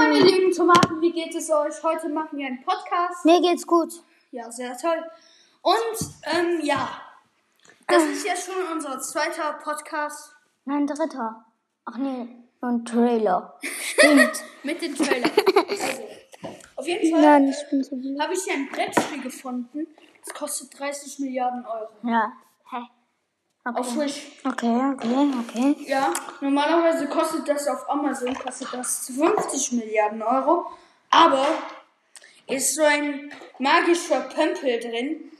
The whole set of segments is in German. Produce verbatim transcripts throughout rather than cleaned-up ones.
meine lieben Tomaten, wie geht es euch? Heute machen wir einen Podcast. Mir geht's gut. Ja, sehr toll. Und, ähm, ja. Das ist ja schon unser zweiter Podcast. Nein, dritter. Ach nee, ein Trailer. Stimmt. Mit dem Trailer. Also, auf jeden Fall Nein, ich bin so blöd. habe ich hier ein Brettspiel gefunden. Das kostet dreißig Milliarden Euro. Ja. Hä? Okay. Auf Wish. Okay, okay, okay. Ja, normalerweise kostet das auf Amazon, kostet das fünfzig Milliarden Euro. Aber ist so ein magischer Pömpel drin.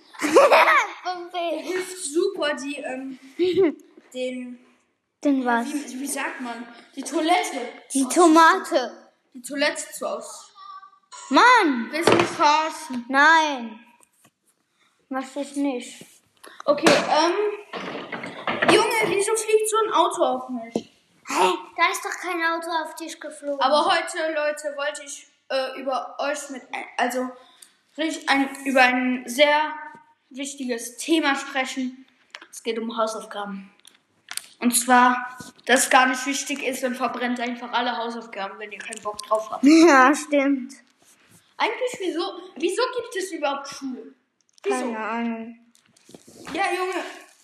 Der hilft super, die, ähm, den, Denn was? wie, wie sagt man, die Toilette. Die Tomate. Die Toilette zu aus. Mann! Willst du mich verarschen? Nein. Möchte ich nicht. Okay, ähm, Junge, wieso fliegt so ein Auto auf mich? Hä? Da ist doch kein Auto auf dich geflogen. Aber heute, Leute, wollte ich äh, über euch mit, ein, also richtig ein, über ein sehr wichtiges Thema sprechen. Es geht um Hausaufgaben. Und zwar, dass es gar nicht wichtig ist und verbrennt einfach alle Hausaufgaben, wenn ihr keinen Bock drauf habt. Ja, stimmt. Eigentlich, wieso, wieso gibt es überhaupt Schule? Wieso? Keine Ahnung. Ja, Junge.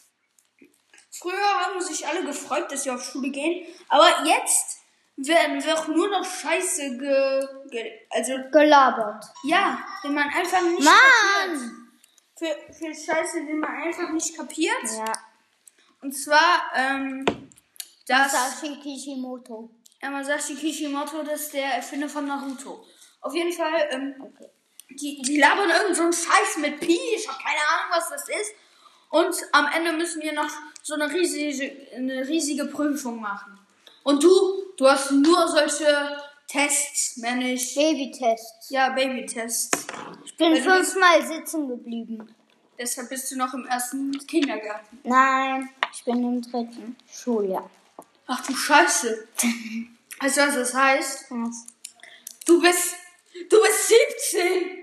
Früher haben sich alle gefreut, dass sie auf Schule gehen. Aber jetzt werden wir auch nur noch Scheiße ge... ge also, Gelabert. ja, den man einfach nicht Mann! kapiert. Für, für Scheiße, den man einfach nicht kapiert. Ja. Und zwar, ähm, das... Masashi Kishimoto. Ja, Masashi Kishimoto, das ist der Erfinder von Naruto. Auf jeden Fall, ähm, Okay. die, die labern irgend so einen Scheiß mit Pi. Ich habe keine Ahnung, was das ist. Und am Ende müssen wir noch so eine riesige, eine riesige Prüfung machen. Und du, du hast nur solche Tests, mehr nicht. Babytests. Ja, Babytests. Ich bin Weil du bist- fünfmal sitzen geblieben. Deshalb bist du noch im ersten Kindergarten. Nein, ich bin im dritten Schuljahr. Ach du Scheiße. Weißt du, was das heißt? Was? Du bist, du bist siebzehn.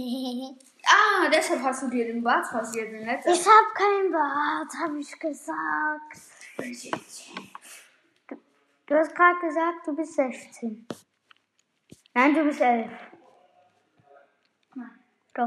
Ah, deshalb hast du dir den Bart rasiert, den letzten. Ich hab keinen Bart, habe ich gesagt. Du, du hast gerade gesagt, du bist sechzehn. Nein, du bist elf. Nein. Doch.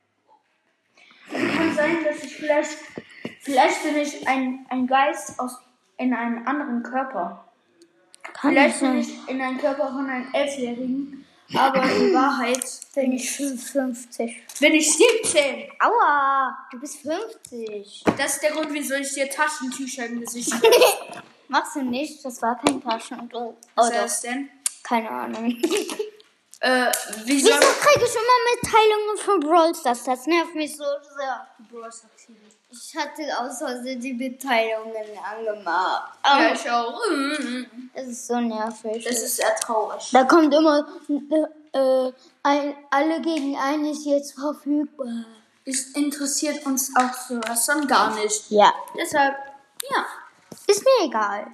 Kann sein, dass ich vielleicht, vielleicht bin ich ein, ein Geist aus, in einem anderen Körper. Kann Vielleicht ich bin nicht. ich in einem Körper von einem Elfjährigen, aber in Wahrheit Bin ich fünfzig. bin ich siebzehn. Aua, du bist fünfzig. Das ist der Grund, wieso ich dir Taschentücher im Gesicht habe. Machst du nicht? Das war kein Taschentuch. Was Oder? ist das denn? Keine Ahnung. Äh, wie Wieso soll kriege ich immer Mitteilungen von Brawl Stars? Das nervt mich so sehr. Ich hatte aus Versehen die Mitteilungen angemacht. Ja, ich auch. Das ist so nervig. Das ist sehr traurig. Da kommt immer, äh, äh, ein, alle gegen einen ist jetzt verfügbar. Es interessiert uns auch sowas dann gar nicht. Ja. Deshalb, ja. Ist mir egal.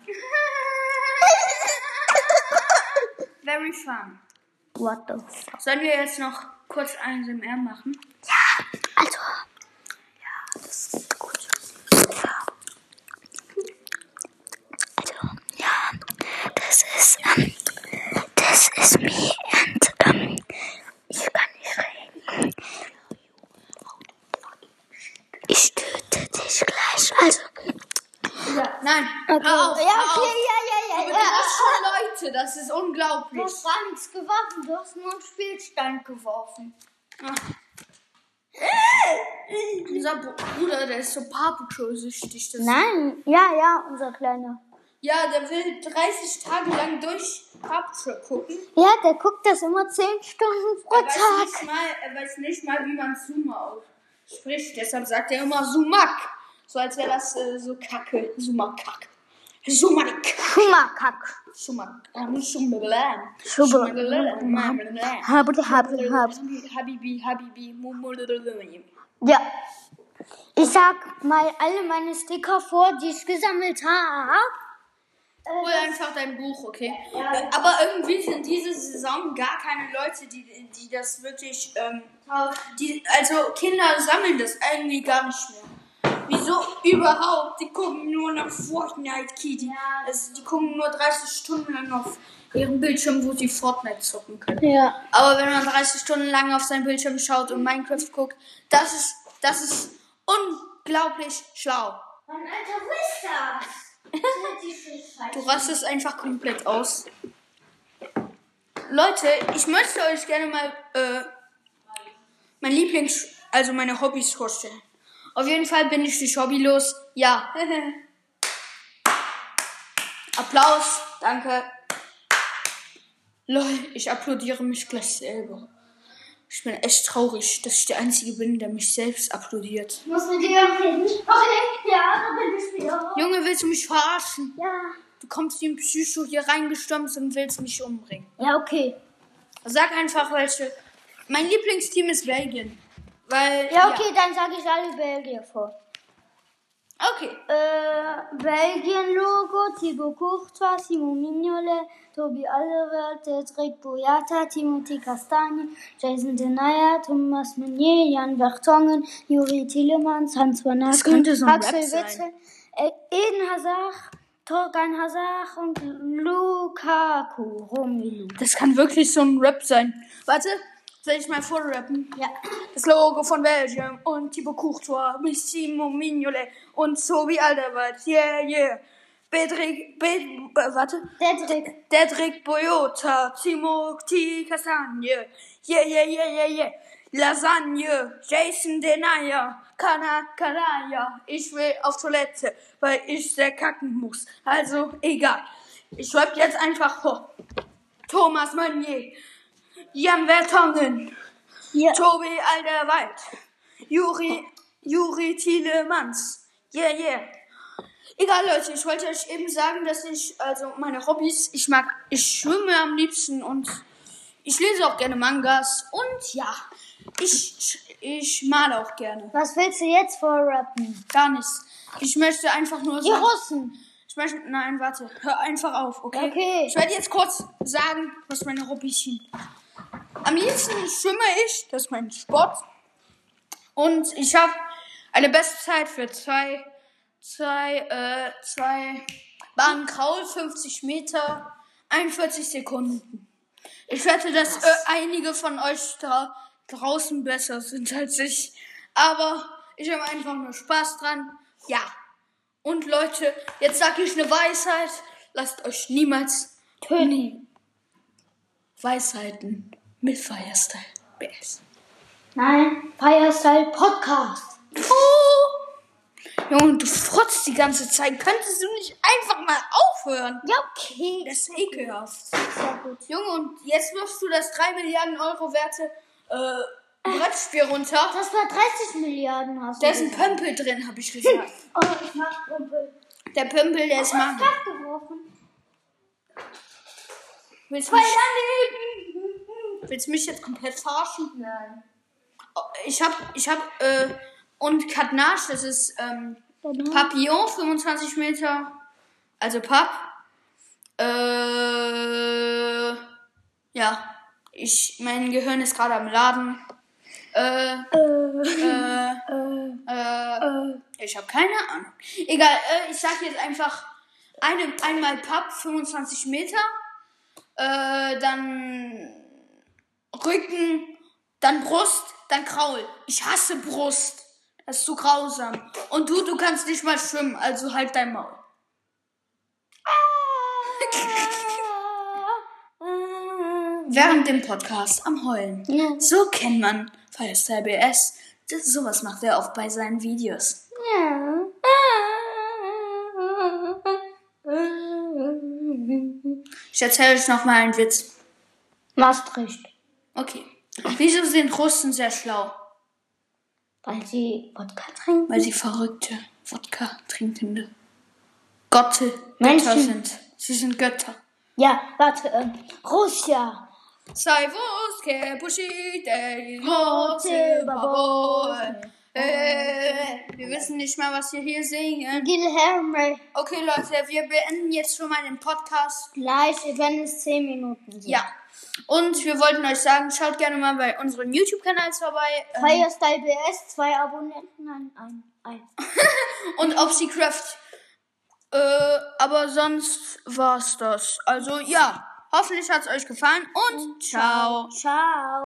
Very fun. What the fuck? Sollen wir jetzt noch kurz A S M R machen? Also. Ja, das ist gut. Ja. Also, ja. Das ist, ähm, das ist me and, ähm, ich kann nicht reden. Ich töte dich gleich. Also. Ja, nein. Okay. Hör auf, Ja, hör okay, auf. ja, ja, Du ja, ja. bedrohst schon Leute, das ist Du unglaublich. hast gar nichts geworfen, du hast nur einen Spielstein geworfen. Ach. Unser Bruder, der ist so Paw Patrol-süchtig. das- Nein, ja, ja, unser Kleiner. Ja, der will dreißig Tage lang durch Paw Patrol gucken. Ja, der guckt das immer zehn Stunden pro Er weiß, Tag. nicht mal, er weiß nicht mal, wie man Zuma ausspricht. Deshalb sagt er immer Sumak. So als wäre das äh, so Kacke. Sumakak. Sumak. Schumakak. Sumak. Sumak. Habri, habri, habri. Habibi, Habibi. Ja. Ich sag mal alle meine Sticker vor, die ich gesammelt habe. Hol einfach dein Buch, okay? Aber irgendwie sind diese Saison gar keine Leute, die, die das wirklich, ähm, die, also Kinder sammeln das irgendwie gar nicht mehr. Wieso überhaupt? Die gucken nur nach Fortnite, Kitty. Ja. Also, die gucken nur dreißig Stunden lang auf ihrem Bildschirm, wo sie Fortnite zocken können. Ja. Aber wenn man dreißig Stunden lang auf seinen Bildschirm schaut und Minecraft guckt, das ist, das ist unglaublich schlau. Mann, Alter, wo ist das? Du rastest einfach komplett aus. Leute, ich möchte euch gerne mal äh, mein Lieblings-, also meine Hobbys vorstellen. Auf jeden Fall bin ich nicht hobbylos. Ja. Applaus. Danke. Lol, ich applaudiere mich gleich selber. Ich bin echt traurig, dass ich der Einzige bin, der mich selbst applaudiert. Ich muss mit dir reden. Okay, ja, da bin ich wieder. Junge, willst du mich verarschen? Ja. Du kommst wie ein Psycho hier reingestürmt und willst mich umbringen. Ja, okay. Sag einfach, welche. Mein Lieblingsteam ist Belgien. Weil. Ja, okay, dann sage ich alle Belgier vor. Okay. Äh, Belgien-Logo, Thibaut Courtois, Simon Mignolet, Toby Alderweireld, Cédric Boyata, Timothy Castagne, Jason Denayer, Thomas Meunier, Jan Vertonghen, Juri Tielemans, Hans Van Das könnte so ein Axel Rap sein. Witsel, äh, Eden Hazard, Torgan Hazard und Lukaku Romelu. Das kann wirklich so ein Rap sein. Warte, soll ich mal vorrappen? Ja. Das Logo von Belgien und Thibaut Courtois, mit Simon Mignolet und Toby Alderweireld. Yeah, yeah. Bedrick, Bed, warte. Cédric. Cédric Boyata, Timothy Castagne. Yeah, yeah, yeah, yeah, yeah. Lasagne, Jason Denayer, Kana, Kanaya. Ich will auf Toilette, weil ich sehr kacken muss. Also, egal. Ich schreib jetzt einfach vor. Thomas Meunier, Jan Vertonghen, Ja. Toby Alderweireld, Juri, Juri Tielemans. Yeah, yeah. Egal, Leute, ich wollte euch eben sagen, dass ich, also meine Hobbys, ich mag, ich schwimme am liebsten und ich lese auch gerne Mangas und ja, ich, ich male auch gerne. Was willst du jetzt vorrappen? Gar nichts. Ich möchte einfach nur Die sagen, Russen. ich möchte, nein, warte, hör einfach auf, okay? Okay. Ich werde jetzt kurz sagen, was meine Hobbys sind. Am liebsten schwimme ich, das ist mein Sport. Und ich habe eine Bestzeit für zwei, zwei, äh, zwei Bahnen Kraul, fünfzig Meter, einundvierzig Sekunden. Ich wette, dass äh, einige von euch da draußen besser sind als ich. Aber ich habe einfach nur Spaß dran. Ja. Und Leute, jetzt sage ich eine Weisheit. Lasst euch niemals töten. Weisheiten mit Firestyle B S. Nein, Firestyle Podcast. Oh. Junge, du frotzt die ganze Zeit. Könntest du nicht einfach mal aufhören? Ja, okay. Das ist ekelhaft. Sehr gut. Junge, und jetzt wirfst du das drei Milliarden Euro werte äh, Brettspiel runter. Das war dreißig Milliarden hast du. Da ist ein Pömpel drin, habe ich gesagt. Oh, ich mach Kumpel. Der Pömpel, der ist Mann. Kraft geworfen. Willst du Voll mich, daneben. willst du mich jetzt komplett verarschen? Nein. Oh, Ich hab, ich hab, äh, und Katnage, das ist, ähm, Papillon, fünfundzwanzig Meter. Also Papp. Äh, ja. Ich, mein Gehirn ist gerade am Laden. Äh, äh, äh, ich habe keine Ahnung. Egal, äh, ich sag jetzt einfach eine, einmal Papp, fünfundzwanzig Meter. Äh, dann Rücken, dann Brust, dann Kraul. Ich hasse Brust. Das ist so grausam. Und du, du kannst nicht mal schwimmen, also halt dein Maul. Während dem Podcast am Heulen. Ja. So kennt man Firestyle B S. Das, sowas macht er oft bei seinen Videos. Ja. Ich erzähle euch noch mal einen Witz. Maastricht. Okay. Wieso sind Russen sehr schlau? Weil sie Wodka trinken. Weil sie verrückte Wodka trinkende Gotte, Götter Menschen. sind. Sie sind Götter. Ja, warte, ähm, Russia. Sei woske Bushite, große Baboi. Äh, wir wissen nicht mal, was wir hier singen. Guilherme. Okay, Leute, wir beenden jetzt schon mal den Podcast. Gleich, wenn es zehn Minuten sind. Ja, Und wir wollten euch sagen, schaut gerne mal bei unserem YouTube-Kanal vorbei. Ähm, Firestyle B S, zwei Abonnenten, nein, ein, ein. und Opsicraft. Äh, aber sonst war's das. Also ja, hoffentlich hat's euch gefallen und ciao. Ciao.